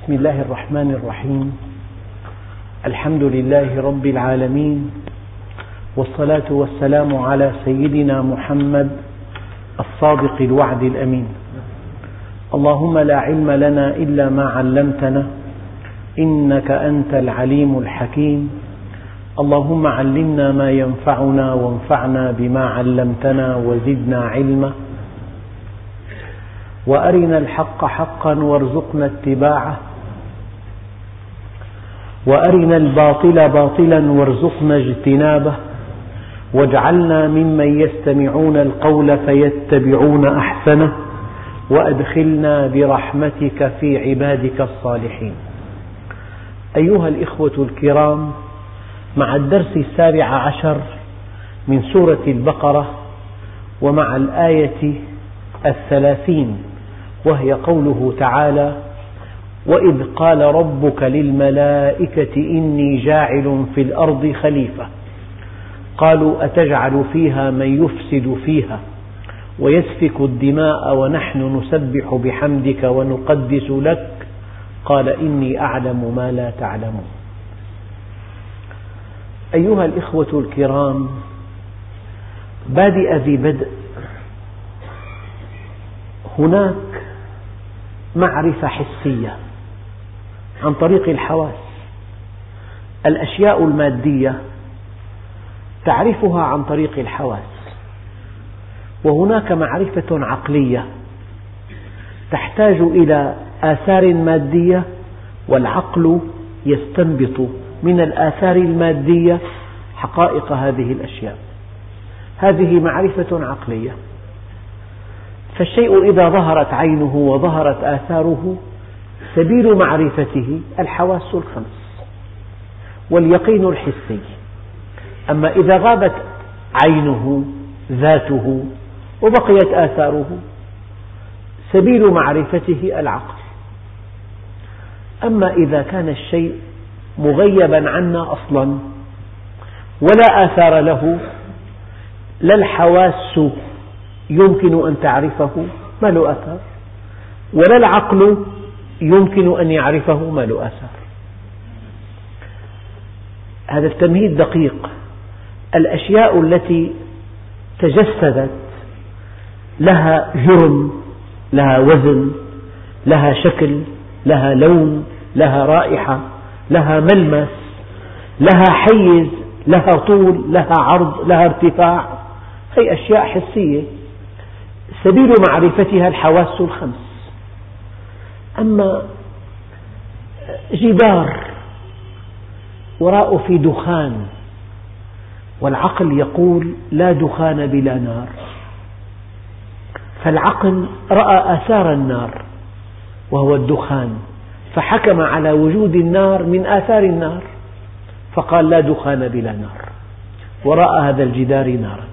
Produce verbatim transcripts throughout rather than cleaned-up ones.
بسم الله الرحمن الرحيم. الحمد لله رب العالمين، والصلاة والسلام على سيدنا محمد الصادق الوعد الأمين. اللهم لا علم لنا إلا ما علمتنا إنك أنت العليم الحكيم. اللهم علمنا ما ينفعنا وانفعنا بما علمتنا وزدنا علما، وأرنا الحق حقا وارزقنا اتباعه، وأرنا الباطل باطلا وارزقنا اجتنابه، واجعلنا ممن يستمعون القول فيتبعون أحسنه، وأدخلنا برحمتك في عبادك الصالحين. أيها الإخوة الكرام، مع الدرس السابع عشر من سورة البقرة، ومع الآية الثلاثين، وهي قوله تعالى: وإذ قال ربك للملائكة إني جاعل في الأرض خليفة قالوا أتجعل فيها من يفسد فيها ويسفك الدماء ونحن نسبح بحمدك ونقدس لك قال إني أعلم ما لا تعلمون. أيها الإخوة الكرام، بادئ ذي بدء، هناك معرفة حسية عن طريق الحواس. الأشياء المادية تعرفها عن طريق الحواس، وهناك معرفة عقلية تحتاج إلى آثار مادية، والعقل يستنبط من الآثار المادية حقائق هذه الأشياء. هذه معرفة عقلية. فالشيء إذا ظهرت عينه وظهرت آثاره سبيل معرفته الحواس الخمس واليقين الحسي. أما إذا غابت عينه ذاته وبقيت آثاره سبيل معرفته العقل. أما إذا كان الشيء مغيبا عنا أصلا ولا آثار له، لا الحواس يمكن أن تعرفه ما له أثر، ولا العقل يمكن أن يعرفه ما له أثر. هذا التمهيد دقيق. الأشياء التي تجسدت لها جرم، لها وزن، لها شكل، لها لون، لها رائحة، لها ملمس، لها حيز، لها طول، لها عرض، لها ارتفاع، هي أشياء حسية سبيل معرفتها الحواس الخمس. أما جدار وراءه في دخان، والعقل يقول لا دخان بلا نار، فالعقل رأى آثار النار وهو الدخان، فحكم على وجود النار من آثار النار، فقال لا دخان بلا نار، وراء هذا الجدار نارا.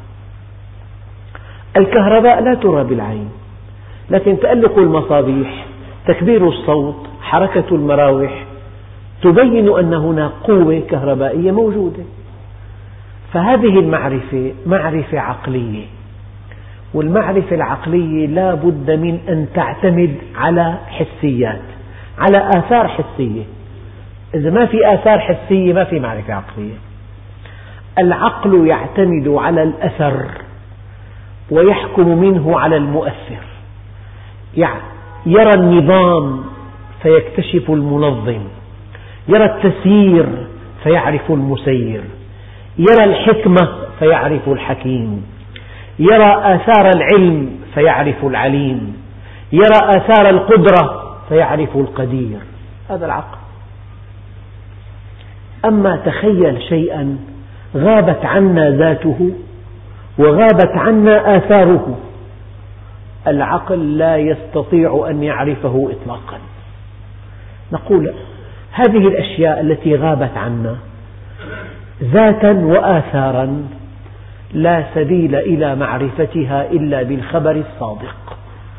الكهرباء لا ترى بالعين، لكن تألق المصابيح، تكبير الصوت، حركة المراوح تبين أن هناك قوة كهربائية موجودة. فهذه المعرفة معرفة عقلية، والمعرفة العقلية لا بد من أن تعتمد على حسيات، على آثار حسية. إذا ما في آثار حسية ما في معرفة عقلية. العقل يعتمد على الأثر ويحكم منه على المؤثر، يعني يرى النظام فيكتشف المنظم، يرى التسيير فيعرف المسير، يرى الحكمة فيعرف الحكيم، يرى آثار العلم فيعرف العليم، يرى آثار القدرة فيعرف القدير. هذا العقل. أما تخيل شيئا غابت عنا ذاته وغابت عنا آثاره، العقل لا يستطيع أن يعرفه إطلاقا. نقول هذه الأشياء التي غابت عنا ذاتا وآثارا لا سبيل إلى معرفتها إلا بالخبر الصادق.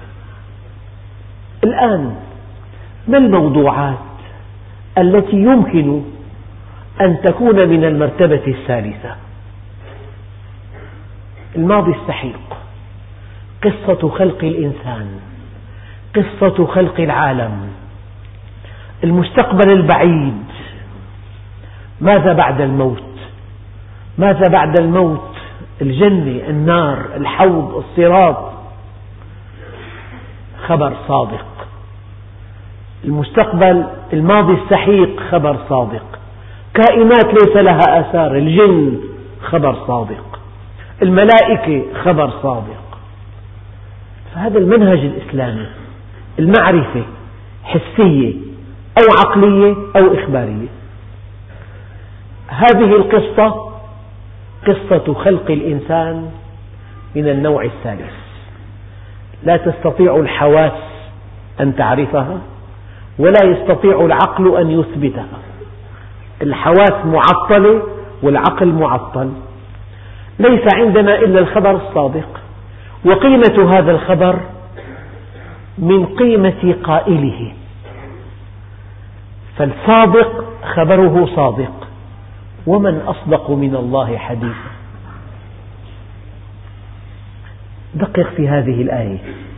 الآن ما الموضوعات التي يمكن أن تكون من المرتبة الثالثة؟ الماضي السحيق، قصة خلق الإنسان، قصة خلق العالم، المستقبل البعيد، ماذا بعد الموت؟ ماذا بعد الموت؟ الجنة، النار، الحوض، الصراط، خبر صادق. المستقبل الماضي السحيق، خبر صادق. كائنات ليس لها آثار، الجن، خبر صادق. الملائكة، خبر صادق. فهذا المنهج الإسلامي، المعرفة حسية أو عقلية أو إخبارية. هذه القصة قصة خلق الإنسان من النوع الثالث، لا تستطيع الحواس أن تعرفها ولا يستطيع العقل أن يثبتها. الحواس معطلة والعقل معطل. ليس عندنا إلا الخبر الصادق، وقيمة هذا الخبر من قيمة قائله، فالصادق خبره صادق، ومن أصدق من الله حديثا. دقق في هذه الآية: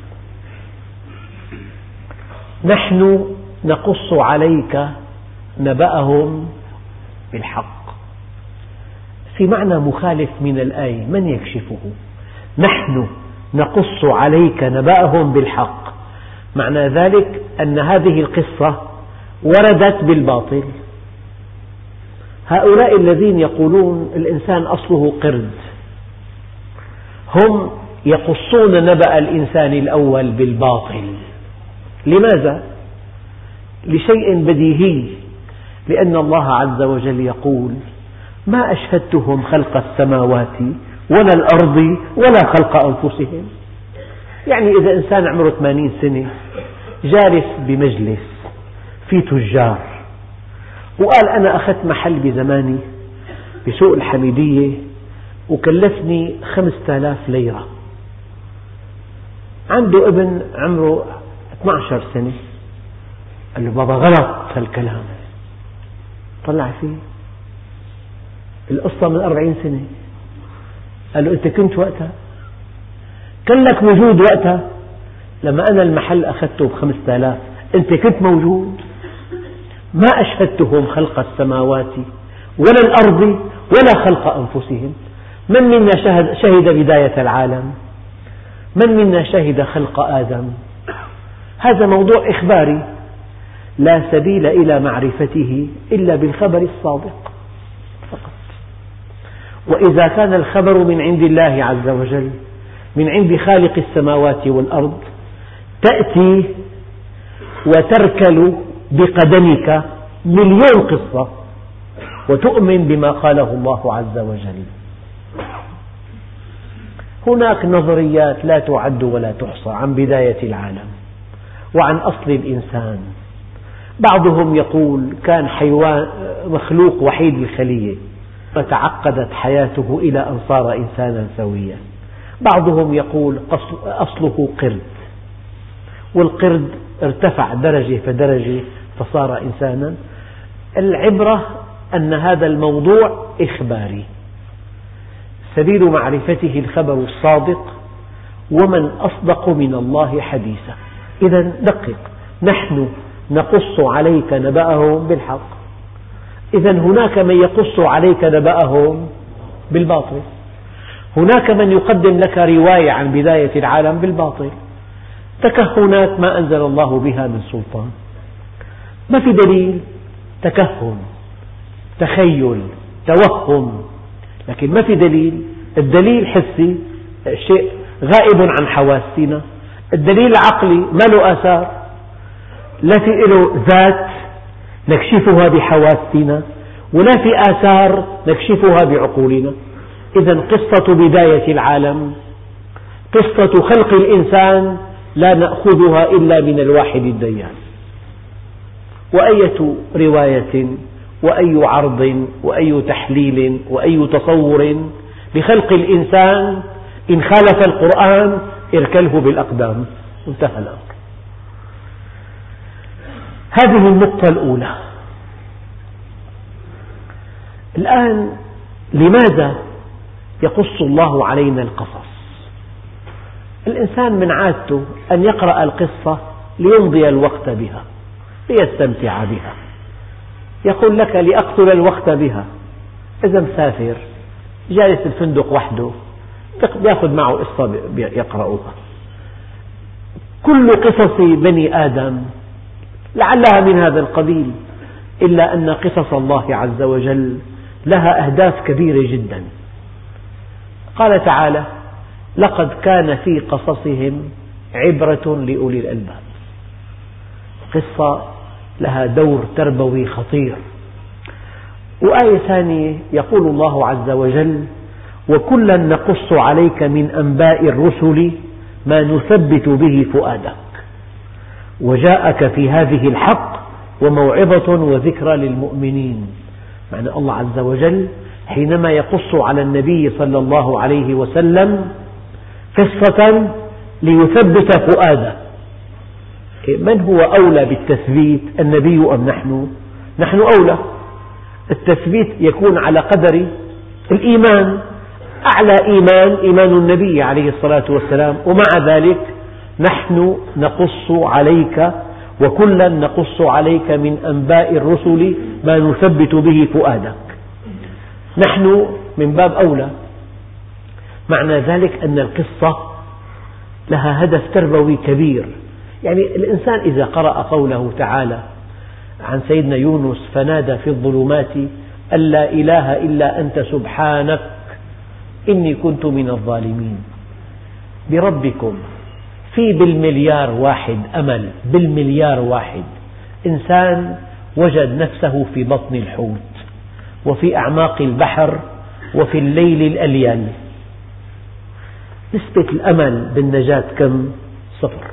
نحن نقص عليك نبأهم بالحق. في معنى مخالف من الآية، من يكشفه؟ نحن نقص عليك نبأهم بالحق، معنى ذلك أن هذه القصة وردت بالباطل. هؤلاء الذين يقولون الإنسان أصله قرد، هم يقصون نبأ الإنسان الأول بالباطل. لماذا؟ لشيء بديهي، لأن الله عز وجل يقول: ما أشهدتهم خلق السماوات ولا الأرض ولا خلق أنفسهم. يعني إذا إنسان عمره ثمانين سنة جالس بمجلس في تجار وقال: أنا أخذت محل بزماني بسوق الحميدية وكلفني خمسة آلاف ليرة. عنده ابن عمره اثني عشر سنة، قال له: بابا غلط هالكلام. طلع فيه القصة من أربعين سنة. قال له: أنت كنت وقتها؟ كان لك وجود وقتها لما أنا المحل أخذته بخمسة آلاف، أنت كنت موجود. ما أشهدتهم خلق السماوات ولا الأرض ولا خلق أنفسهم. من منا شهد, شهد بداية العالم؟ من منا شهد خلق آدم؟ هذا موضوع إخباري لا سبيل إلى معرفته إلا بالخبر الصادق فقط. وإذا كان الخبر من عند الله عز وجل، من عند خالق السماوات والأرض، تأتي وتركل بقدمك مليون قصة وتؤمن بما قاله الله عز وجل. هناك نظريات لا تعد ولا تحصى عن بداية العالم وعن أصل الإنسان. بعضهم يقول كان حيوان مخلوق وحيد الخلية فتعقدت حياته إلى أن صار إنسانا سويا. بعضهم يقول أصله قرد، والقرد ارتفع درجة فدرجة فصار إنسانا. العبرة أن هذا الموضوع إخباري، سبيل معرفته الخبر الصادق، ومن أصدق من الله حديثا. إذا دقق: نحن نقص عليك نبأهم بالحق. إذا هناك من يقص عليك نبأهم بالباطل، هناك من يقدم لك رواية عن بداية العالم بالباطل، تكهنات ما أنزل الله بها من سلطان، ما في دليل، تكهن، تخيل، توهم، لكن ما في دليل. الدليل حسي، شيء غائب عن حواسنا. الدليل العقلي ما له آثار، لا في له ذات نكشفها بحواسنا ولا في آثار نكشفها بعقولنا. إذا قصة بداية العالم، قصة خلق الإنسان، لا نأخذها إلا من الواحد الديان. وأية رواية وأي عرض وأي تحليل وأي تصور بخلق الإنسان إن خالف القرآن اركله بالأقدام، انتهى الأمر. هذه النقطة الأولى. الآن لماذا يقص الله علينا القصص؟ الإنسان من عادته أن يقرأ القصة ليمضي الوقت بها، ليستمتع بها، يقول لك لأقتل الوقت بها. إذا مسافر جالس الفندق وحده يأخذ معه قصة يقرأها. كل قصص بني آدم لعلها من هذا القبيل، إلا أن قصص الله عز وجل لها أهداف كبيرة جدا. قال تعالى: لقد كان في قصصهم عبرة لأولي الألباب. قصة لها دور تربوي خطير. وآية ثانية يقول الله عز وجل: وكلا نقص عليك من أنباء الرسل ما نثبت به فؤادك وجاءك في هذه الحق وموعظة وذكرى للمؤمنين. معنى الله عز وجل حينما يقص على النبي صلى الله عليه وسلم قصة ليثبت فؤاده، من هو أولى بالتثبيت، النبي أم نحن؟ نحن أولى. التثبيت يكون على قدر الإيمان، أعلى إيمان إيمان النبي عليه الصلاة والسلام، ومع ذلك نحن نقص عليك وكلا نقص عليك من أنباء الرسل ما نثبت به فؤادك. نحن من باب أولى. معنى ذلك أن القصة لها هدف تربوي كبير. يعني الإنسان إذا قرأ قوله تعالى عن سيدنا يونس: فنادى في الظلمات أن لا إله إلا أنت سبحانك إني كنت من الظالمين. بربكم في بالمليار واحد أمل، بالمليار واحد إنسان وجد نفسه في بطن الحوت وفي أعماق البحر وفي الليل الأليل. نسبة الأمل بالنجاة كم؟ صفر.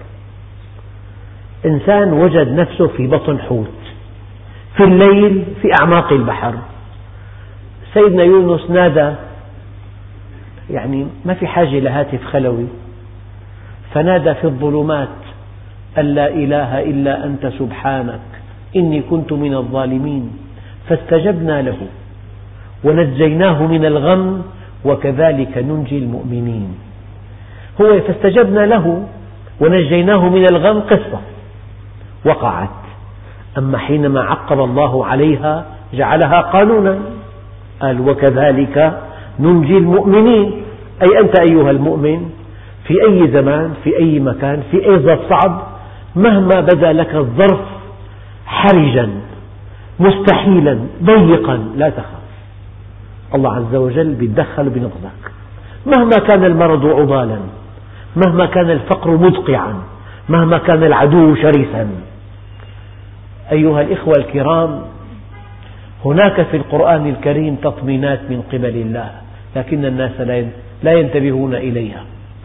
إنسان وجد نفسه في بطن حوت، في الليل في أعماق البحر. سيدنا يونس نادى، يعني ما في حاجة لهاتف خلوي، فنادى في الظلمات أن لا إله إلا أنت سبحانك إني كنت من الظالمين فاستجبنا له ونجيناه من الغم وكذلك ننجي المؤمنين. هو فاستجبنا له ونجيناه من الغم قصة وقعت، أما حينما عقب الله عليها جعلها قانونا، قال: وكذلك ننجي المؤمنين. أي أنت أيها المؤمن في أي زمان، في أي مكان، في أي ظرف صعب، مهما بدا لك الظرف حرجا مستحيلا ضيقا لا تخاف، الله عز وجل يتدخل بنقذك. مهما كان المرض عضالا، مهما كان الفقر مدقعا، مهما كان العدو شرسا. أيها الإخوة الكرام، هناك في القرآن الكريم تطمينات من قبل الله، لكن الناس لا ينتبهون إليها.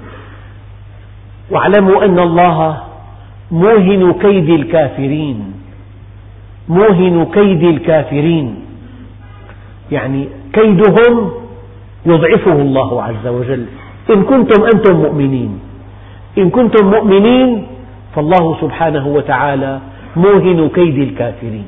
واعلموا أن الله موهن كيد الكافرين، موهن كيد الكافرين، يعني كيدهم يضعفه الله عز وجل إن كنتم أنتم مؤمنين. إن كنتم مؤمنين فالله سبحانه وتعالى موهن كيد الكافرين.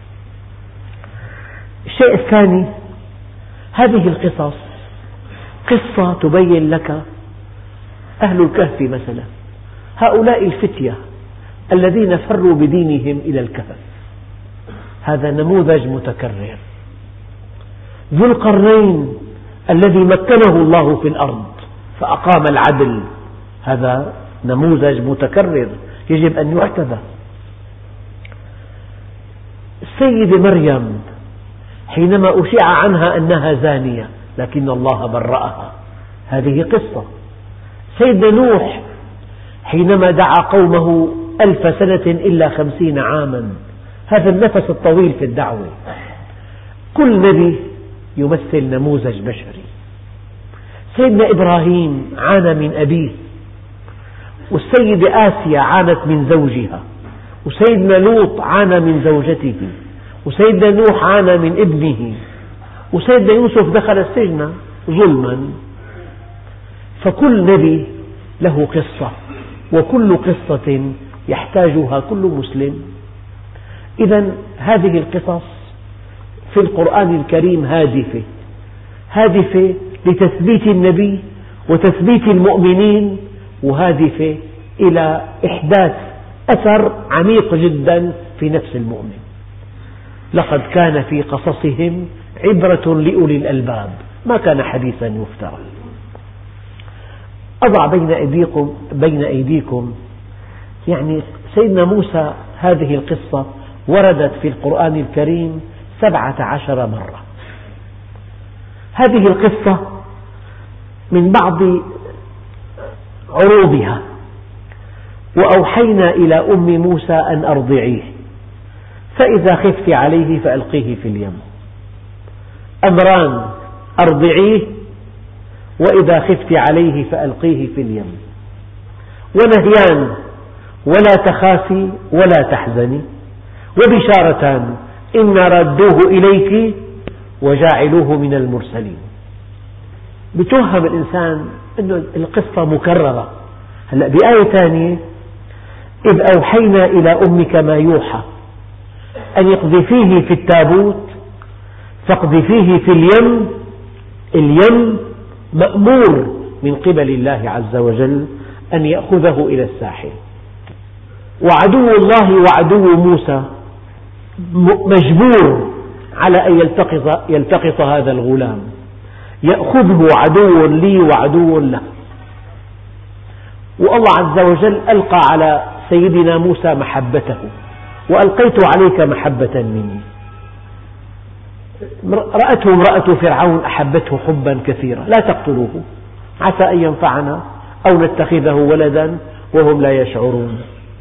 الشيء الثاني، هذه القصص قصة تبين لك أهل الكهف مثلا، هؤلاء الفتية الذين فروا بدينهم إلى الكهف، هذا نموذج متكرر. ذو القرنين الذي مكنه الله في الأرض فأقام العدل، هذا نموذج متكرر يجب أن يعتبر. السيدة مريم حينما أشيع عنها أنها زانية لكن الله برأها، هذه قصة. سيدنا نوح حينما دعا قومه ألف سنة إلا خمسين عاما، هذا النفس الطويل في الدعوة. كل نبي يمثل نموذج بشري. سيدنا إبراهيم عانى من أبيه، والسيدة آسيا عانت من زوجها، وسيدنا لوط عانى من زوجته، وسيدنا نوح عانى من ابنه، وسيدنا يوسف دخل السجن ظلما. فكل نبي له قصة، وكل قصة يحتاجها كل مسلم. إذا هذه القصص في القرآن الكريم هادفة، هادفة لتثبيت النبي وتثبيت المؤمنين، وهادفة إلى إحداث أثر عميق جدا في نفس المؤمن. لقد كان في قصصهم عبرة لأولي الألباب ما كان حديثا يفترى. أضع بين أيديكم بين أيديكم يعني سيدنا موسى، هذه القصة وردت في القرآن الكريم سبعة عشر مرة. هذه القصة من بعض عروضها: وأوحينا إلى أم موسى أن أرضعيه فإذا خفت عليه فألقيه في اليم. أمران: أرضعيه وإذا خفت عليه فألقيه في اليم. ونهيان: ولا تخافي ولا تحزني. وبشارتان: إنا ردوه إليك وجاعلوه من المرسلين. بتوهم الإنسان أن القصة مكررة. هلأ بآية ثانية: إذ أوحينا إلى أمك ما يوحى أن اقذفيه في التابوت فاقذفيه في اليم. اليم مأمور من قبل الله عز وجل أن يأخذه إلى الساحل. وعدو الله وعدو موسى مجبور على أن يلتقط, يلتقط هذا الغلام، يأخذه عدو لي وعدو له. والله عز وجل ألقى على سيدنا موسى محبته: وألقيت عليك محبة مني. رأته امرأة فرعون أحبته حبا كثيرا: لا تقتلوه عسى أن ينفعنا أو نتخذه ولدا وهم لا يشعرون.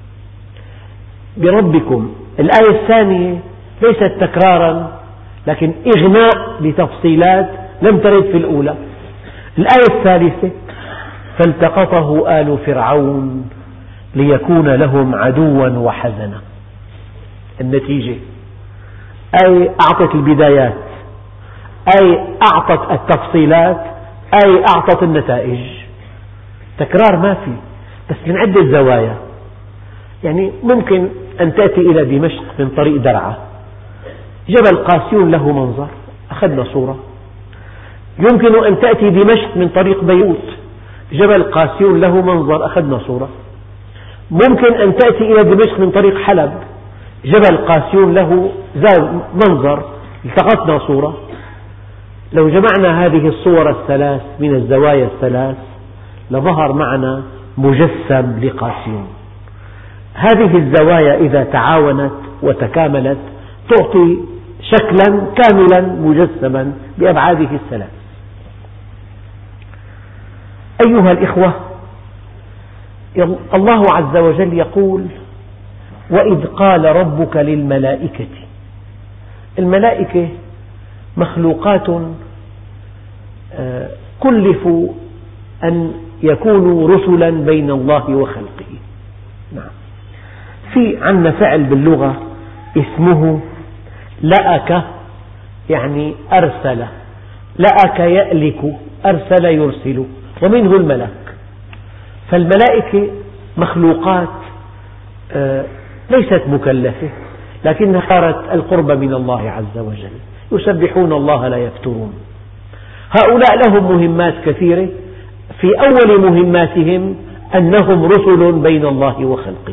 بربكم. الآية الثانية ليست تكرارا لكن إغناء لتفصيلات لم ترد في الأولى. الآية الثالثة: فالتقطه آل فرعون ليكون لهم عدوا وحزنا. النتيجة: أي أعطت البدايات، أي أعطت التفصيلات، أي أعطت النتائج. تكرار ما في، بس من عدة زوايا. يعني ممكن أن تأتي إلى دمشق من طريق درعا، جبل قاسيون له منظر، أخذنا صورة. يمكن أن تأتي دمشق من طريق بيروت، جبل قاسيون له منظر، أخذنا صورة. ممكن أن تأتي إلى دمشق من طريق حلب، جبل قاسيون له منظر، التقطنا صورة. لو جمعنا هذه الصور الثلاث من الزوايا الثلاث لظهر معنا مجسم لقاسيون. هذه الزوايا إذا تعاونت وتكاملت تعطي شكلا كاملا مجسما بأبعاده الثلاث. أيها الإخوة، الله عز وجل يقول: وإذ قال ربك للملائكة. الملائكة مخلوقات كلفوا أن يكونوا رسلا بين الله وخلقه. نعم. في عندنا فعل باللغة اسمه لأك، يعني أرسل. لأك يألك، أرسل يرسل، ومنه الملك. فالملائكة مخلوقات ليست مكلفة لكنها صارت القرب من الله عز وجل، يسبحون الله لا يفترون. هؤلاء لهم مهمات كثيرة، في أول مهماتهم أنهم رسل بين الله وخلقه.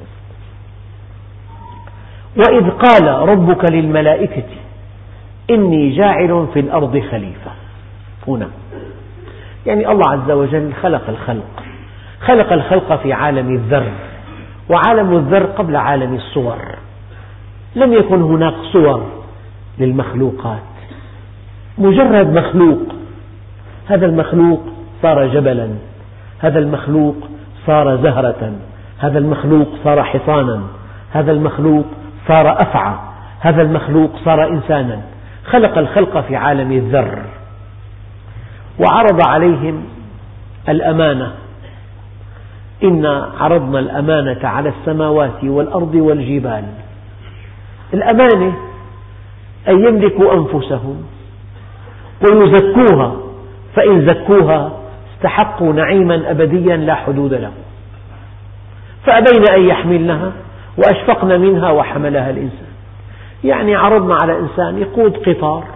وإذ قال ربك للملائكة إني جاعل في الأرض خليفة. هنا يعني الله عز وجل خلق الخلق، خلق الخلق في عالم الذر، وعالم الذر قبل عالم الصور. لم يكن هناك صور للمخلوقات، مجرد مخلوق. هذا المخلوق صار جبلا، هذا المخلوق صار زهرة، هذا المخلوق صار حصانا، هذا المخلوق صار أفعى، هذا المخلوق صار إنسانا. خلق الخلق في عالم الذر وعرض عليهم الأمانة: إنا عرضنا الأمانة على السماوات والأرض والجبال. الأمانة أن يملكوا أنفسهم ويزكوها، فإن زكوها استحقوا نعيما أبديا لا حدود له، فأبين أن يحملنها وأشفقن منها وحملها الإنسان. يعني عرضنا على إنسان يقود قطار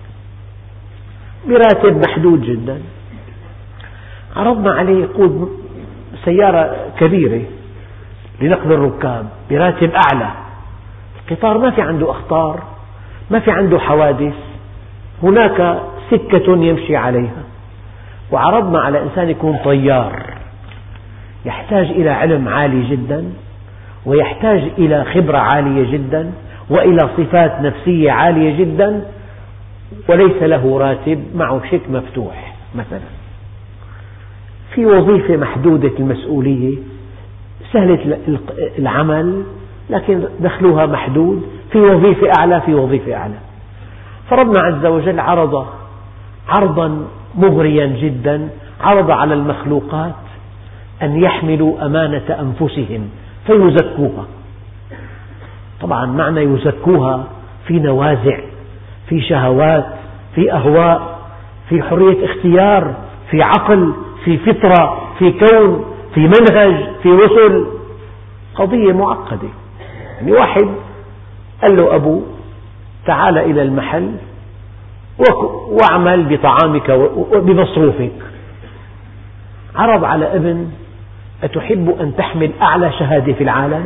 براتب محدود جدا، عرضنا عليه يقود سيارة كبيرة لنقل الركاب براتب أعلى. القطار ما في عنده أخطار، ما في عنده حوادث، هناك سكة يمشي عليها. وعرضنا على إنسان يكون طيار، يحتاج إلى علم عالي جدا، ويحتاج إلى خبرة عالية جدا، وإلى صفات نفسية عالية جدا، وليس له راتب، معه شيك مفتوح مثلا. في وظيفة محدودة المسؤولية، سهلة العمل، لكن دخلها محدود. في وظيفة أعلى، في وظيفة أعلى. فربنا عز وجل عرض عرضا مغريا جدا، عرض على المخلوقات أن يحملوا أمانة أنفسهم فيزكوها. طبعا معنى يزكوها في نوازع، في شهوات، في أهواء، في حرية اختيار، في عقل، في فطرة، في كون، في منهج، في رسل. قضية معقدة. يعني واحد قال له أبوه تعال إلى المحل واعمل بطعامك وبمصروفك. عرض على ابن أتحب أن تحمل أعلى شهادة في العالم؟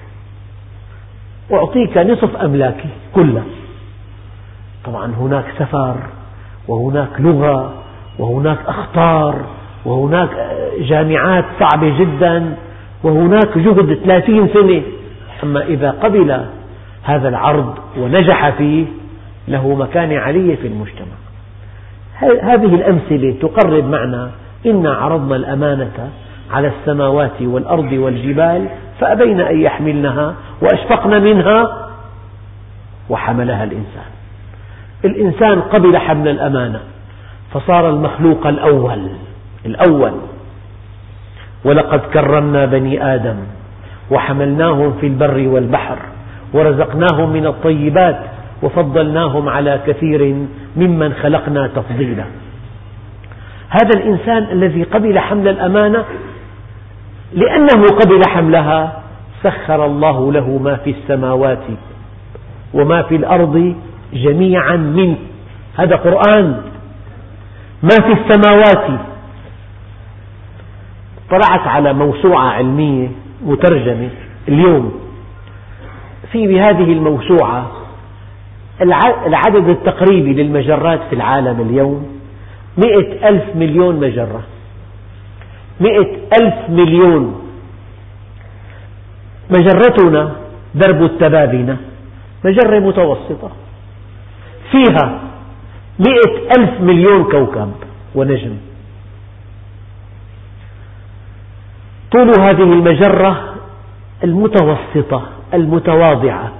أعطيك نصف أملاكي كلها. طبعا هناك سفر، وهناك لغة، وهناك أخطار، وهناك جامعات صعبة جدا، وهناك جهد ثلاثين سنة. أما إذا قبل هذا العرض ونجح فيه له مكانة عالية في المجتمع. هذه الأمثلة تقرب معنى إنا عرضنا الأمانة على السماوات والأرض والجبال فأبين أن يحملنها وأشفقن منها وحملها الإنسان. الإنسان قبل حمل الأمانة فصار المخلوق الأول الأول ولقد كرمنا بني آدم وحملناهم في البر والبحر ورزقناهم من الطيبات وفضلناهم على كثير ممن خلقنا تفضيلا. هذا الإنسان الذي قبل حمل الأمانة لأنه قبل حملها سخر الله له ما في السماوات وما في الأرض جميعا منه. هذا قرآن. ما في السماوات. طلعت على موسوعة علمية مترجمة اليوم، في بهذه الموسوعة العدد التقريبي للمجرات في العالم اليوم مئة ألف مليون مجرة. مئة ألف مليون. مجرتنا درب التبابنة مجرة متوسطة فيها مئة ألف مليون كوكب ونجم. طول هذه المجرة المتوسطة المتواضعة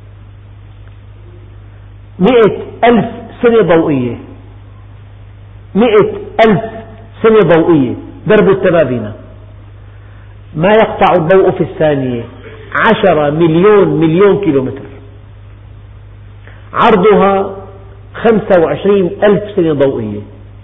مئة ألف سنة ضوئية. مئة ألف سنة ضوئية درب التبابنة. ما يقطع الضوء في الثانية عشرة مليون مليون كيلومتر. عرضها خمسة وعشرين ألف سنة ضوئية.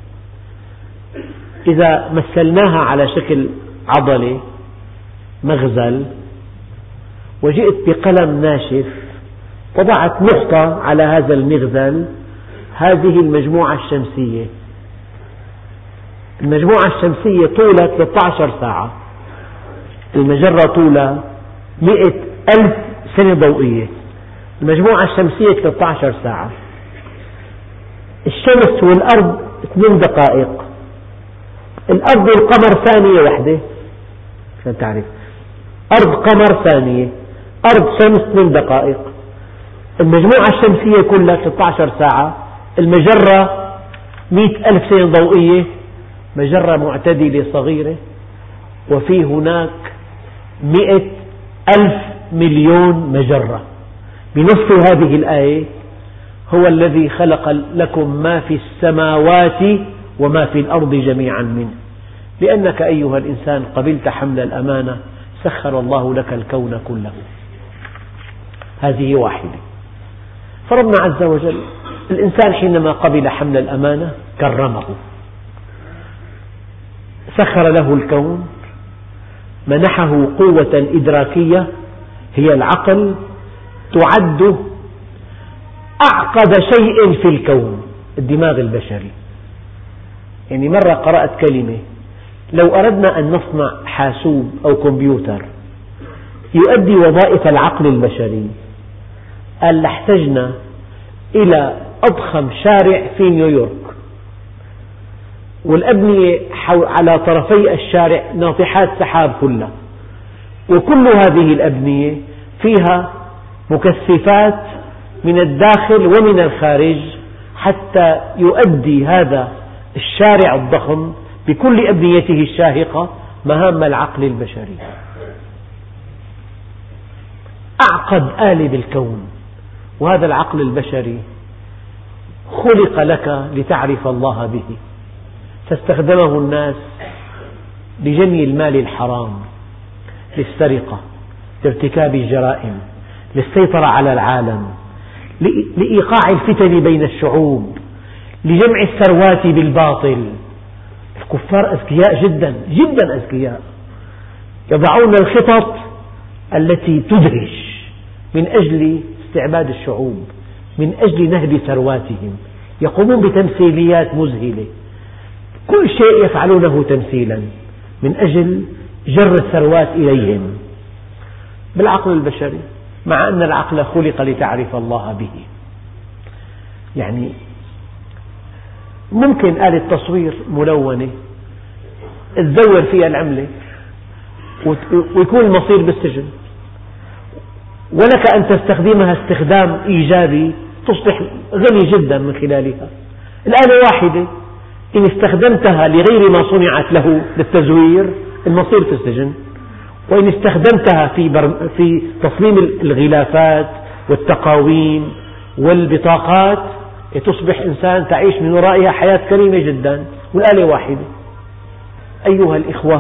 إذا مثلناها على شكل عضلة مغزل وجئت بقلم ناشف وضعت نقطة على هذا المغزل، هذه المجموعة الشمسية. المجموعة الشمسية طولها ثلاثة عشر ساعة، المجرة طولها مئة ألف سنة ضوئية. المجموعة الشمسية ثلاثة عشر ساعة. الشمس والأرض اثنين دقائق. الأرض والقمر ثانية واحدة عشان تعرف. أرض قمر ثانية، أرض شمس اثنين دقائق. المجموعة الشمسية كلها ثلاثة عشر ساعة. المجرة مئة ألف سنة ضوئية، مجرة معتدلة صغيرة، وفي هناك مئة ألف مليون مجرة. بنص هذه الآية هو الذي خلق لكم ما في السماوات وما في الأرض جميعا منه. لأنك أيها الإنسان قبلت حمل الأمانة سخر الله لك الكون كله. هذه واحدة. فربنا عز وجل الإنسان حينما قبل حمل الأمانة كرمه، سخر له الكون، منحه قوة إدراكية هي العقل تعد أعقد شيء في الكون، الدماغ البشري. يعني مرة قرأت كلمة، لو أردنا أن نصنع حاسوب أو كمبيوتر يؤدي وظائف العقل البشري. قال لاحتجنا إلى أضخم شارع في نيويورك، والأبنية على طرفي الشارع ناطحات سحاب كلها، وكل هذه الأبنية فيها مكثفات من الداخل ومن الخارج حتى يؤدي هذا الشارع الضخم بكل أبنيته الشاهقة مهام العقل البشري. أعقد آلة بالكون، وهذا العقل البشري خلق لك لتعرف الله به، فاستخدمه الناس لجني المال الحرام، للسرقة، لارتكاب الجرائم، للسيطرة على العالم، لإيقاع الفتن بين الشعوب، لجمع الثروات بالباطل. الكفار أذكياء جدا جدا أذكياء، يضعون الخطط التي تدهش من أجل استعباد الشعوب، من أجل نهب ثرواتهم، يقومون بتمثيليات مذهلة، كل شيء يفعلونه تمثيلا من أجل جر الثروات إليهم بالعقل البشري، مع أن العقل خلق لتعرف الله به. يعني ممكن آلة تصوير ملونة تدور فيها العملة ويكون المصير بالسجن، ولك أن تستخدمها استخدام إيجابي تصبح غني جدا من خلالها. الآلة واحدة إن استخدمتها لغير ما صنعت له للتزوير المصير في السجن، وإن استخدمتها في, في تصميم الغلافات والتقاويم والبطاقات تصبح إنسان تعيش من ورائها حياة كريمة جدا، والآلة واحدة. أيها الإخوة،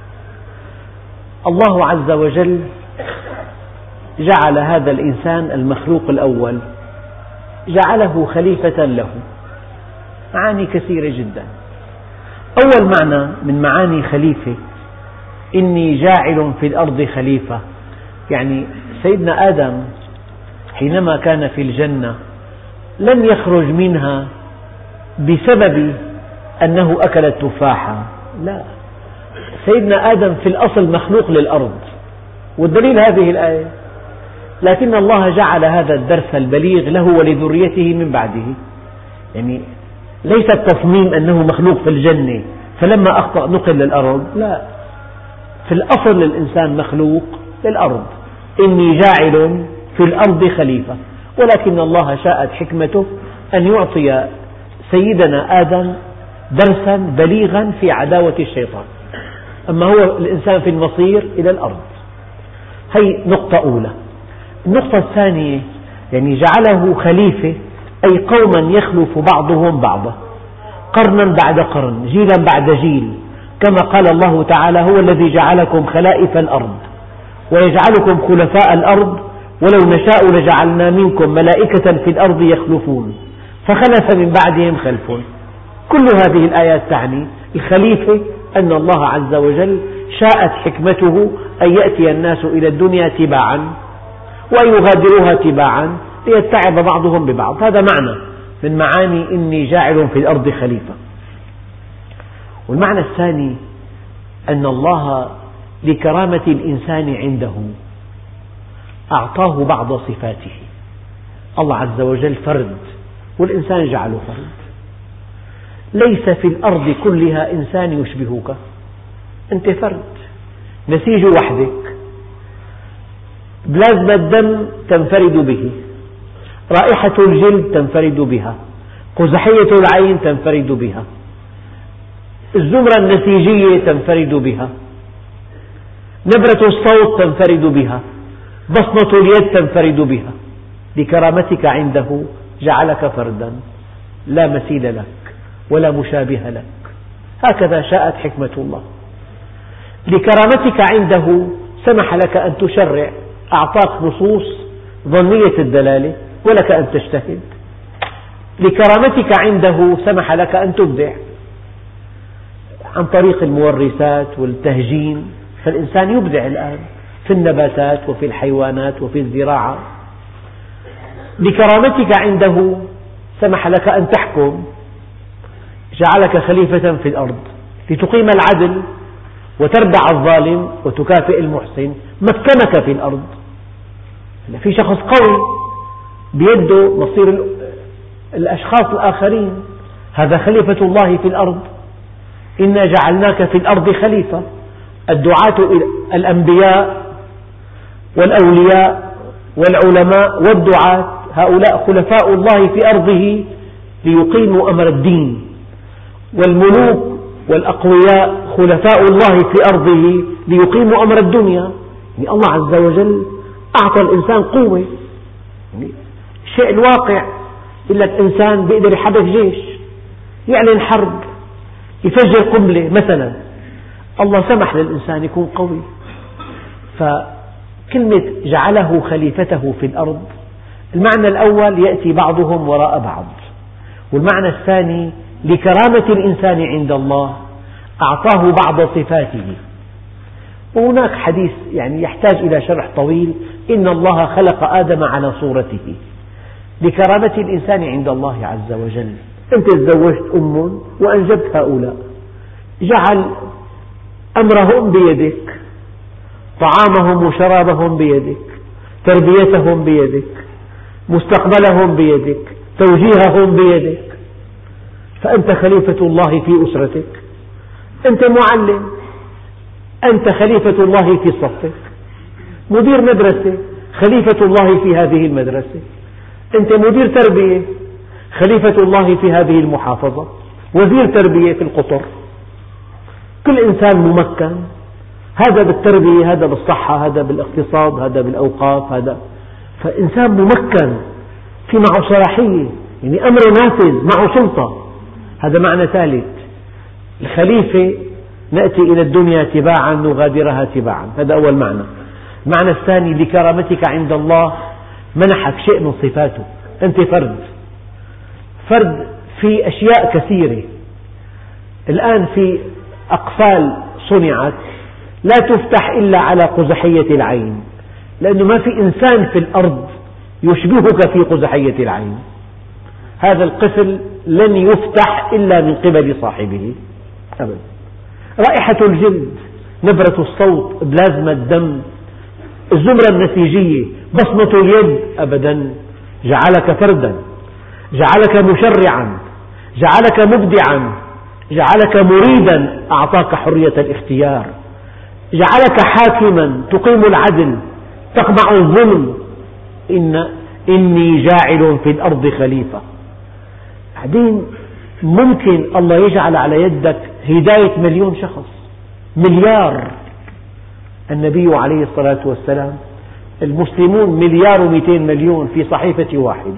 الله عز وجل جعل هذا الإنسان المخلوق الأول جعله خليفة له، معاني كثيرة جدا. أول معنى من معاني خليفة إني جاعل في الأرض خليفة، يعني سيدنا آدم حينما كان في الجنة لم يخرج منها بسبب أنه أكل التفاحة، لا، سيدنا آدم في الأصل مخلوق للأرض، والدليل هذه الآية. لكن الله جعل هذا الدرس البليغ له ولذريته من بعده، يعني ليس التصميم أنه مخلوق في الجنة فلما أخطأ نقل للأرض، لا، في الأصل الإنسان مخلوق للأرض. إني جاعل في الأرض خليفة، ولكن الله شاءت حكمته أن يعطي سيدنا آدم درسا بليغا في عداوة الشيطان، أما هو الإنسان في المصير إلى الأرض. هي نقطة أولى. النقطة الثانية يعني جعله خليفة، أي قوما يخلف بعضهم بعضا، قرنا بعد قرن، جيلا بعد جيل، كما قال الله تعالى: هو الذي جعلكم خلائف الأرض ويجعلكم خلفاء الأرض ولو نشاء لجعلنا منكم ملائكة في الأرض يخلفون فخلف من بعدهم خلف. كل هذه الآيات تعني الخليفة أن الله عز وجل شاءت حكمته أن يأتي الناس إلى الدنيا تباعا وأن يغادروها تباعا ليتعظ بعضهم ببعض. هذا معنى من معاني إني جاعل في الأرض خليفة. والمعنى الثاني أن الله لكرامة الإنسان عنده أعطاه بعض صفاته. الله عز وجل فرد والإنسان جعله فرد، ليس في الأرض كلها إنسان يشبهك، أنت فرد، نسيج وحدك، بلازما الدم تنفرد به، رائحة الجلد تنفرد بها، قزحية العين تنفرد بها، الزمرة النسيجية تنفرد بها، نبرة الصوت تنفرد بها، بصمة اليد تنفرد بها. لكرامتك عنده جعلك فردا لا مثيل لك ولا مشابه لك، هكذا شاءت حكمة الله. لكرامتك عنده سمح لك أن تشرع، أعطاك نصوص ظنية الدلالة ولك أن تجتهد. لكرامتك عنده سمح لك أن تبدع عن طريق المورثات والتهجين، فالإنسان يبدع الآن في النباتات وفي الحيوانات وفي الزراعة. لكرامتك عنده سمح لك أن تحكم، جعلك خليفة في الأرض لتقيم العدل وتردع الظالم وتكافئ المحسن، مكنك في الأرض. في شخص قوي بيده مصير الأشخاص الآخرين، هذا خليفة الله في الأرض. إنا جعلناك في الأرض خليفة. الدعاة إلى الأنبياء والأولياء والعلماء والدعاة هؤلاء خلفاء الله في أرضه ليقيموا أمر الدين، والملوك والأقوياء خلفاء الله في أرضه ليقيموا أمر الدنيا. يعني الله عز وجل أعطى الإنسان قوة، يعني الشيء الواقع يقول لك إنسان بيقدر يحرك جيش، يعلن حرب، يفجر قنبلة مثلا. الله سمح للإنسان يكون قوي. فكلمة جعله خليفته في الأرض، المعنى الأول يأتي بعضهم وراء بعض، والمعنى الثاني لكرامة الإنسان عند الله أعطاه بعض صفاته. وهناك حديث يعني يحتاج إلى شرح طويل: إن الله خلق آدم على صورته. لكرامة الإنسان عند الله عز وجل. أنت تزوجت أم وأنجبت هؤلاء، جعل أمرهم بيدك، طعامهم وشرابهم بيدك، تربيتهم بيدك، مستقبلهم بيدك، توجيههم بيدك. فأنت خليفة الله في أسرتك، أنت معلم، أنت خليفة الله في صفك، مدير مدرسة، خليفة الله في هذه المدرسة، أنت مدير تربية، خليفة الله في هذه المحافظة، وزير تربية في القطر. كل إنسان ممكن، هذا بالتربية، هذا بالصحة، هذا بالاقتصاد، هذا بالأوقاف، هذا فإنسان ممكن في معه صلاحية، يعني أمره نافذ، معه سلطة. هذا معنى ثالث. الخليفة نأتي إلى الدنيا تباعا نغادرها تباعا، هذا أول معنى. المعنى الثاني لكرامتك عند الله منحك شيء من صفاته. أنت فرد، فرد في أشياء كثيرة. الآن في أقفال صنعت لا تفتح إلا على قزحية العين، لأنه ما في إنسان في الأرض يشبهك في قزحية العين. هذا القفل لن يفتح إلا من قبل صاحبه أبدا. رائحة الجلد، نبرة الصوت، بلازما الدم، الزمرة النسيجية، بصمة اليد، أبدا. جعلك فردا، جعلك مشرعا، جعلك مبدعا، جعلك مريدا، أعطاك حرية الاختيار، جعلك حاكما تقيم العدل، تقمع الظلم. إن إني جاعل في الأرض خليفة. بعدين ممكن الله يجعل على يدك هداية مليون شخص، مليار. النبي عليه الصلاة والسلام: المسلمون مليار ومئتين مليون في صحيفة واحدة.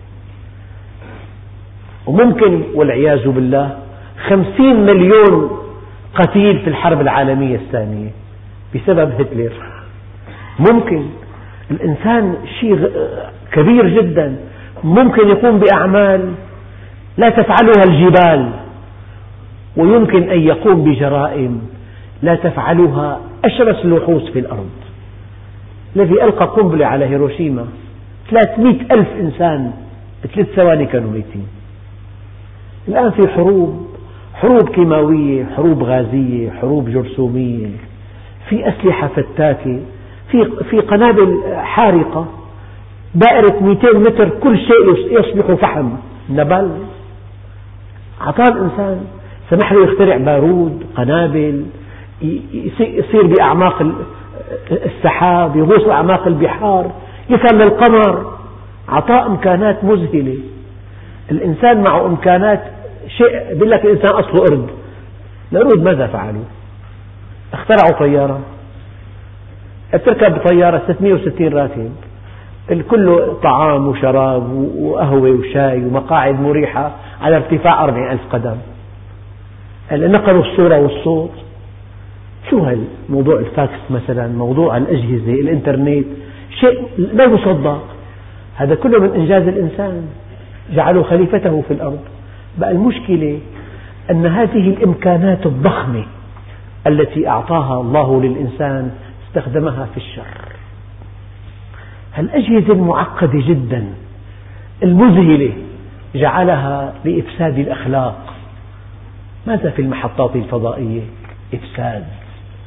وممكن والعياذ بالله خمسين مليون قتيل في الحرب العالمية الثانية بسبب هتلر. ممكن الإنسان شيء كبير جدا، ممكن يقوم بأعمال لا تفعلها الجبال، ويمكن أن يقوم بجرائم لا تفعلها أشرس الوحوش في الأرض. الذي ألقى قنبلة على هيروشيما ثلاثمئة ألف إنسان بثلاث ثواني كانوا ميتين. الآن في حروب، حروب كيماوية، حروب غازية، حروب جرثومية، في أسلحة فتاكة، في في قنابل حارقة، دائرة مئتين متر، كل شيء يصبح فحم، نبل. أعطاه الإنسان، سمح له يخترع بارود، قنابل، يصير بأعماق السحاب، يغوص بأعماق البحار، يصل للقمر. أعطاه إمكانات مذهلة. الإنسان معه إمكانات شيء. يقول لك الإنسان أصله قرد، القرود ماذا فعلوا؟ اخترعوا طيارة، تركب طيارة ستمئة وستين راكب، الكل طعام وشراب وقهوة وشاي ومقاعد مريحة على ارتفاع أربعين ألف قدم. نقلوا الصورة والصوت. شو هالموضوع؟ الفاكس مثلا، موضوع الأجهزة، الإنترنت، شيء لا يصدق. هذا كله من إنجاز الإنسان، جعله خليفته في الأرض. بقى المشكلة أن هذه الإمكانات الضخمة التي أعطاها الله للإنسان استخدمها في الشر. الأجهزة المعقدة جدا المذهلة جعلها لإفساد الأخلاق. ماذا في المحطات الفضائية؟ إفساد.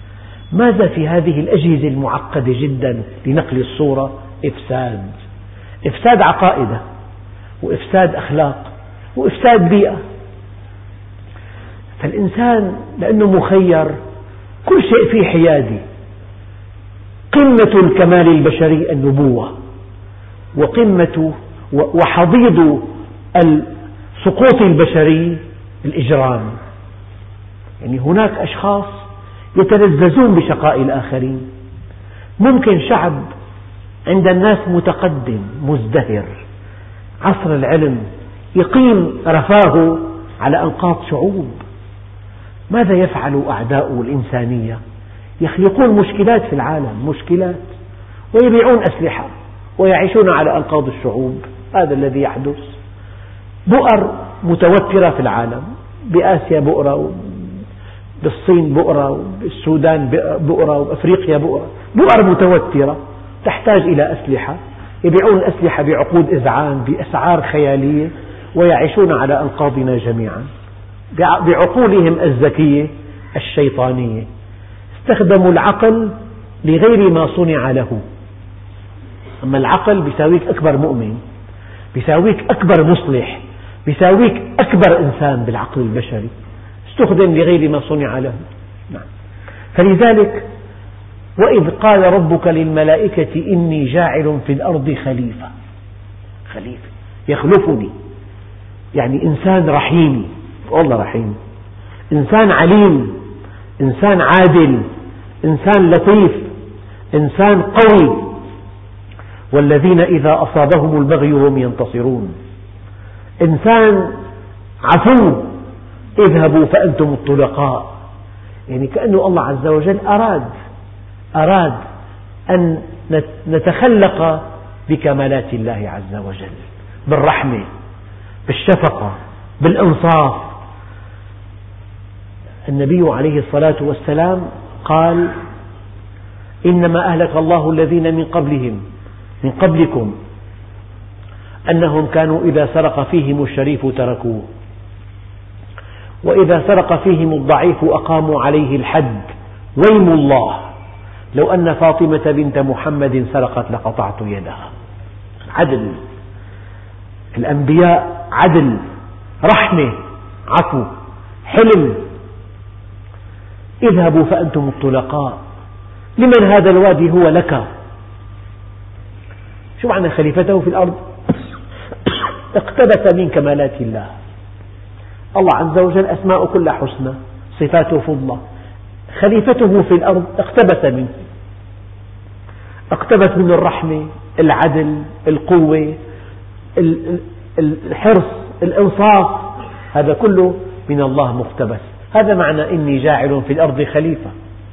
ماذا في هذه الأجهزة المعقدة جدا لنقل الصورة؟ إفساد، إفساد عقائد، وإفساد أخلاق، وإفساد بيئة. فالإنسان لأنه مخير كل شيء فيه حيادي. قمة الكمال البشري النبوة، وقمة وحضيض السقوط البشري الإجرام. يعني هناك أشخاص يتلذذون بشقاء الآخرين. ممكن شعب عند الناس متقدم مزدهر عصر العلم يقيم رفاهه على أنقاض شعوب. ماذا يفعل أعداء الإنسانية؟ يخلقون مشكلات في العالم، مشكلات، ويبيعون أسلحة ويعيشون على أنقاض الشعوب. هذا الذي يحدث. بؤر متوترة في العالم، بآسيا بؤرة، بالصين بؤرة، بالسودان بؤرة، وبأفريقيا بؤرة، بؤر متوترة تحتاج إلى أسلحة. يبيعون الأسلحة بعقود إذعان بأسعار خيالية، ويعيشون على أنقاضنا جميعا بعقولهم الذكية الشيطانية. استخدموا العقل لغير ما صنع له. أما العقل بيساويك أكبر مؤمن، بيساويك أكبر مصلح، بيساويك أكبر إنسان بالعقل البشري، استخدم لغير ما صنع له. نعم. فلذلك وإذ قال ربك للملائكة إني جاعل في الأرض خليفة، خليفة يخلفني، يعني إنسان رحيم، والله رحيم، إنسان عليم، إنسان عادل، إنسان لطيف، إنسان قوي. والذين إذا أصابهم البغي هم ينتصرون، إنسان عفو، اذهبوا فأنتم الطلقاء. يعني كأنه الله عز وجل أراد أراد أن نتخلق بكمالات الله عز وجل، بالرحمة، بالشفقة، بالإنصاف. النبي عليه الصلاة والسلام قال إنما أهلك الله الذين من قبلهم من قبلكم أنهم كانوا إذا سرق فيهم الشريف تركوه، وإذا سرق فيهم الضعيف أقاموا عليه الحد، ويم الله لو أن فاطمة بنت محمد سرقت لقطعت يدها. عدل، الأنبياء عدل، رحمة، عفو، حلم. اذهبوا فأنتم الطلقاء، لمن هذا الوادي هو لك. شو معنى خليفته في الأرض؟ اقتبس من كمالات الله. الله عز وجل أسماء كلها حسنى، صفاته فضلة. خليفته في الأرض اقتبس منه، اقتبس من الرحمة، العدل، القوة، الحرص، الإنصاف، هذا كله من الله مقتبس. هذا معنى إني جاعل في الأرض خليفة.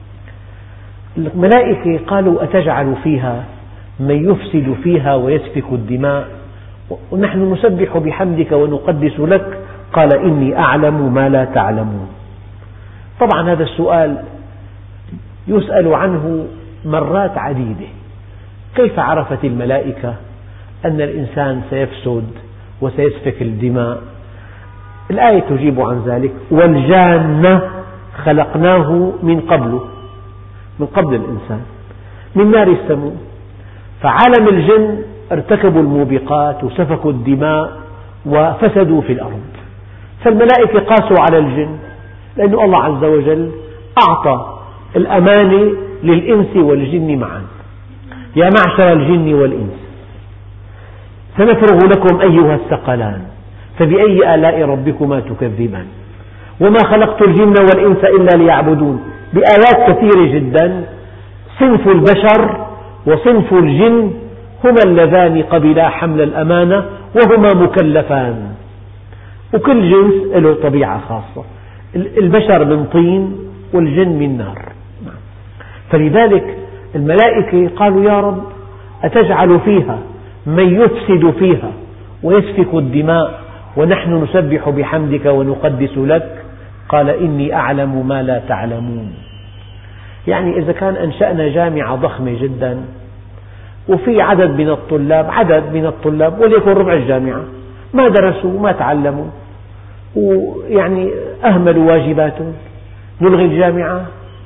الملائكة قالوا أتجعل فيها من يفسد فيها ويسفك الدماء ونحن نسبح بحمدك ونقدس لك، قال إني أعلم ما لا تعلمون. طبعا هذا السؤال يسأل عنه مرات عديدة. كيف عرفت الملائكة أن الإنسان سيفسد وسيسفك الدماء؟ الآية تجيب عن ذلك: والجان خلقناه من قبل، من قبل الإنسان، من نار السموم. فعالم الجن ارتكبوا الموبقات وسفكوا الدماء وفسدوا في الأرض. فالملائكة قاسوا على الجن، لأن الله عز وجل أعطى الأمانة للإنس والجن معا: يا معشر الجن والإنس سنفرغ لكم أيها الثقلان فبأي آلاء ربكما تكذبان وما خلقت الجن والإنس إلا ليعبدون. بآيات كثيرة جدا. صنف البشر وصنف الجن هما اللذان قبلا حمل الأمانة وهما مكلفان، وكل جنس له طبيعة خاصة. البشر من طين والجن من نار. فلذلك الملائكة قالوا: يا رب أتجعل فيها من يفسد فيها ويسفك الدماء ونحن نسبح بحمدك ونقدس لك؟ قال إني أعلم ما لا تعلمون. يعني إذا كان أنشأنا جامعة ضخمة جدا وفي عدد من الطلاب عدد من الطلاب وليكن ربع الجامعة ما درسوا ما تعلموا ويعني أهملوا واجباتهم، نلغي الجامعة؟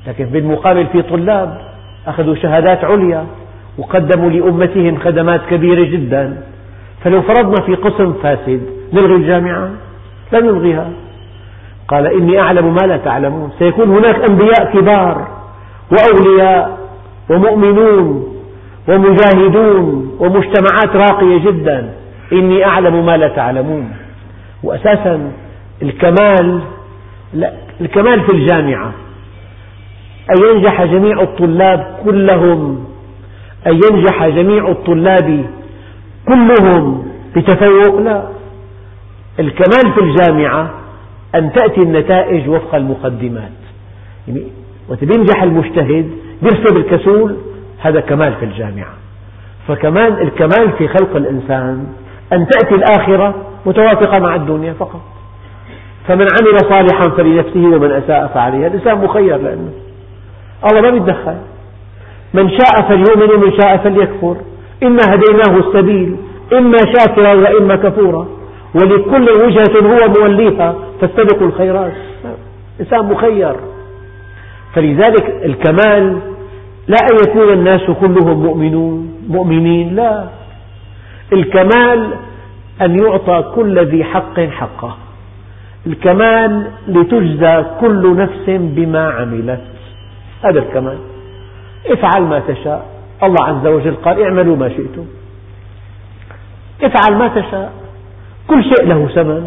لكن بالمقابل في طلاب أخذوا شهادات عليا وقدموا لأمتهم خدمات كبيرة جدا. فلو فرضنا في قسم فاسد نلغي الجامعة؟ لا نلغيها. قال إني أعلم ما لا تعلمون. سيكون هناك أنبياء كبار وأولياء ومؤمنون ومجاهدون ومجتمعات راقية جدا. إني أعلم ما لا تعلمون. وأساسا الكمال لا الكمال في الجامعة أن ينجح جميع الطلاب كلهم، أن ينجح جميع الطلاب كلهم بتفوق. لا، الكمال في الجامعة أن تأتي النتائج وفق المقدمات. يعني وتنجح المجتهد يرسب الكسول، هذا كمال في الجامعة. فكمان الكمال في خلق الإنسان أن تأتي الآخرة متوافقة مع الدنيا فقط. فمن عمل صالحا فلنفسه ومن أساء فعليها. الإنسان مخير لأنه الله ما بيتدخل. من شاء فليؤمن ومن شاء فليكفر. إنا هديناه السبيل إما شاكرا وإما كفورا ولكل وجهة هو موليها فاستبقوا الخيرات. الإنسان مخير. فلذلك الكمال لا أن يكون الناس كلهم مؤمنون مؤمنين، لا، الكمال أن يعطى كل ذي حق حقه. الكمال لتجزى كل نفس بما عملت، هذا الكمال. افعل ما تشاء. الله عز وجل قال اعملوا ما شئتم. افعل ما تشاء. كل شيء له ثمن،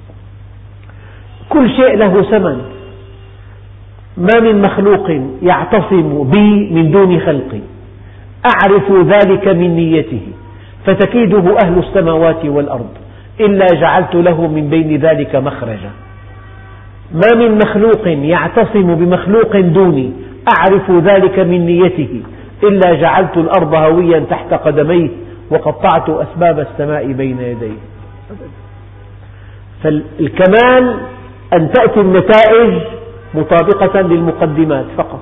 كل شيء له ثمن. ما من مخلوق يعتصم بي من دون خلقي أعرف ذلك من نيته فتكيده أهل السماوات والأرض إلا جعلت له من بين ذلك مخرجا. ما من مخلوق يعتصم بمخلوق دوني أعرف ذلك من نيته إلا جعلت الأرض هويا تحت قدميه وقطعت أسباب السماء بين يديه. فالكمال أن تأتي النتائج مطابقة للمقدمات فقط.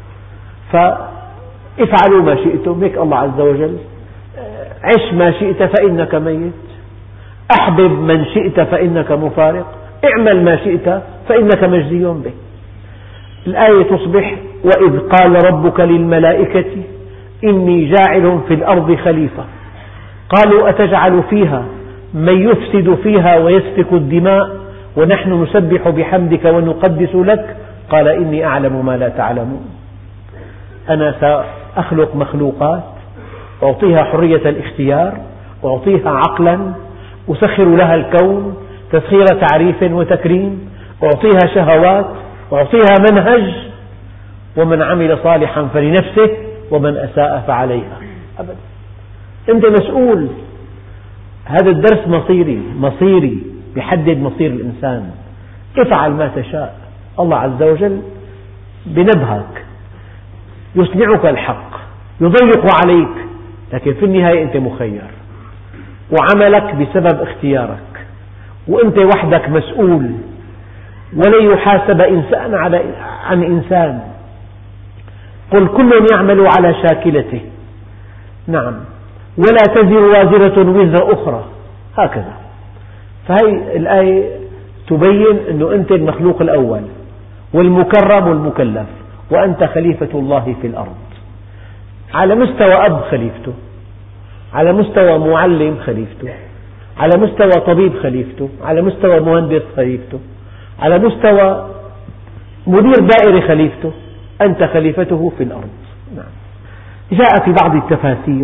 فافعلوا ما شئتم، هيك الله عز وجل. عش ما شئت فإنك ميت، أحبب من شئت فإنك مفارق، اعمل ما شئت فإنك مجزي به. الآية تصبح وإذ قال ربك للملائكة إني جاعل في الأرض خليفة قالوا أتجعل فيها من يفسد فيها ويسفك الدماء ونحن نسبح بحمدك ونقدس لك قال إني أعلم ما لا تعلمون. أنا سأخلق مخلوقات وأعطيها حرية الاختيار وأعطيها عقلا، أسخر لها الكون تسخير تعريف وتكريم، أعطيها شهوات وأعطيها منهج، ومن عمل صالحا فلنفسه ومن أساء فعليها. أبدا، أنت مسؤول. هذا الدرس مصيري مصيري يحدد مصير الإنسان. افعل ما تشاء. الله عز وجل بنبهك، يسمعك الحق، يضيق عليك، لكن في النهاية أنت مخير، وعملك بسبب اختيارك، وأنت وحدك مسؤول، ولن يحاسب إنسان على عن إنسان. قل كل يعمل على شاكلته، نعم، ولا تزر وازرة وزر أخرى، هكذا. فهي الآية تبين أنه أنت المخلوق الأول والمكرم والمكلف، وأنت خليفة الله في الأرض. على مستوى أب خليفته، على مستوى معلم خليفته، على مستوى طبيب خليفته، على مستوى مهندس خليفته، على مستوى مدير دائرة خليفته. أنت خليفته في الأرض. نعم. جاء في بعض التفاسير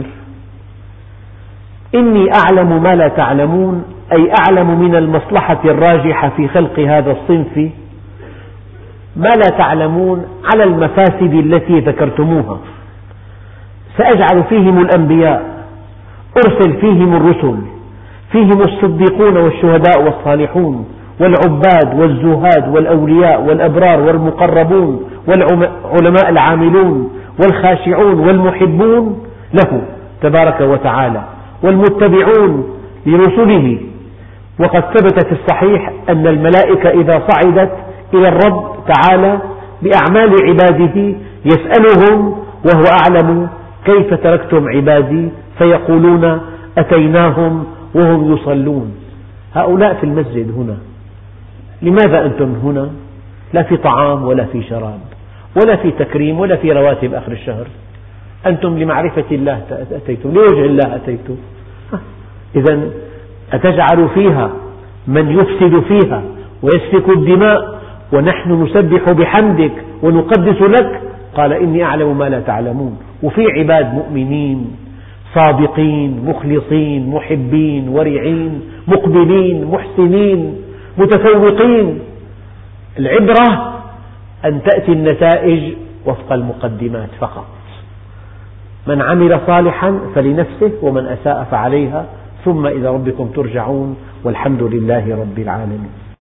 إني أعلم ما لا تعلمون، أي أعلم من المصلحة الراجحة في خلق هذا الصنف ما لا تعلمون على المفاسد التي ذكرتموها. سأجعل فيهم الأنبياء، أرسل فيهم الرسل، فيهم الصديقون والشهداء والصالحون والعباد والزهاد والأولياء والأبرار والمقربون والعلماء العاملون والخاشعون والمحبون له تبارك وتعالى والمتبعون لرسله. وقد ثبت في الصحيح أن الملائكة إذا صعدت إلى الرب تعالى بأعمال عباده يسألهم وهو أعلم كيف تركتم عبادي فيقولون أتيناهم وهم يصلون. هؤلاء في المسجد هنا، لماذا أنتم هنا؟ لا في طعام ولا في شراب، ولا في تكريم ولا في رواتب آخر الشهر. أنتم لمعرفة الله أتيتم، لوجه الله أتيتم. إذا أتجعل فيها من يفسد فيها ويسفك الدماء ونحن نسبح بحمدك ونقدس لك؟ قال إني أعلم ما لا تعلمون. وفي عباد مؤمنين صادقين مخلصين محبين ورعين مقبلين محسنين متفوقين. العبرة أن تأتي النتائج وفق المقدمات فقط. من عمل صالحا فلنفسه ومن أساء فعليها ثم إلى ربكم ترجعون والحمد لله رب العالمين.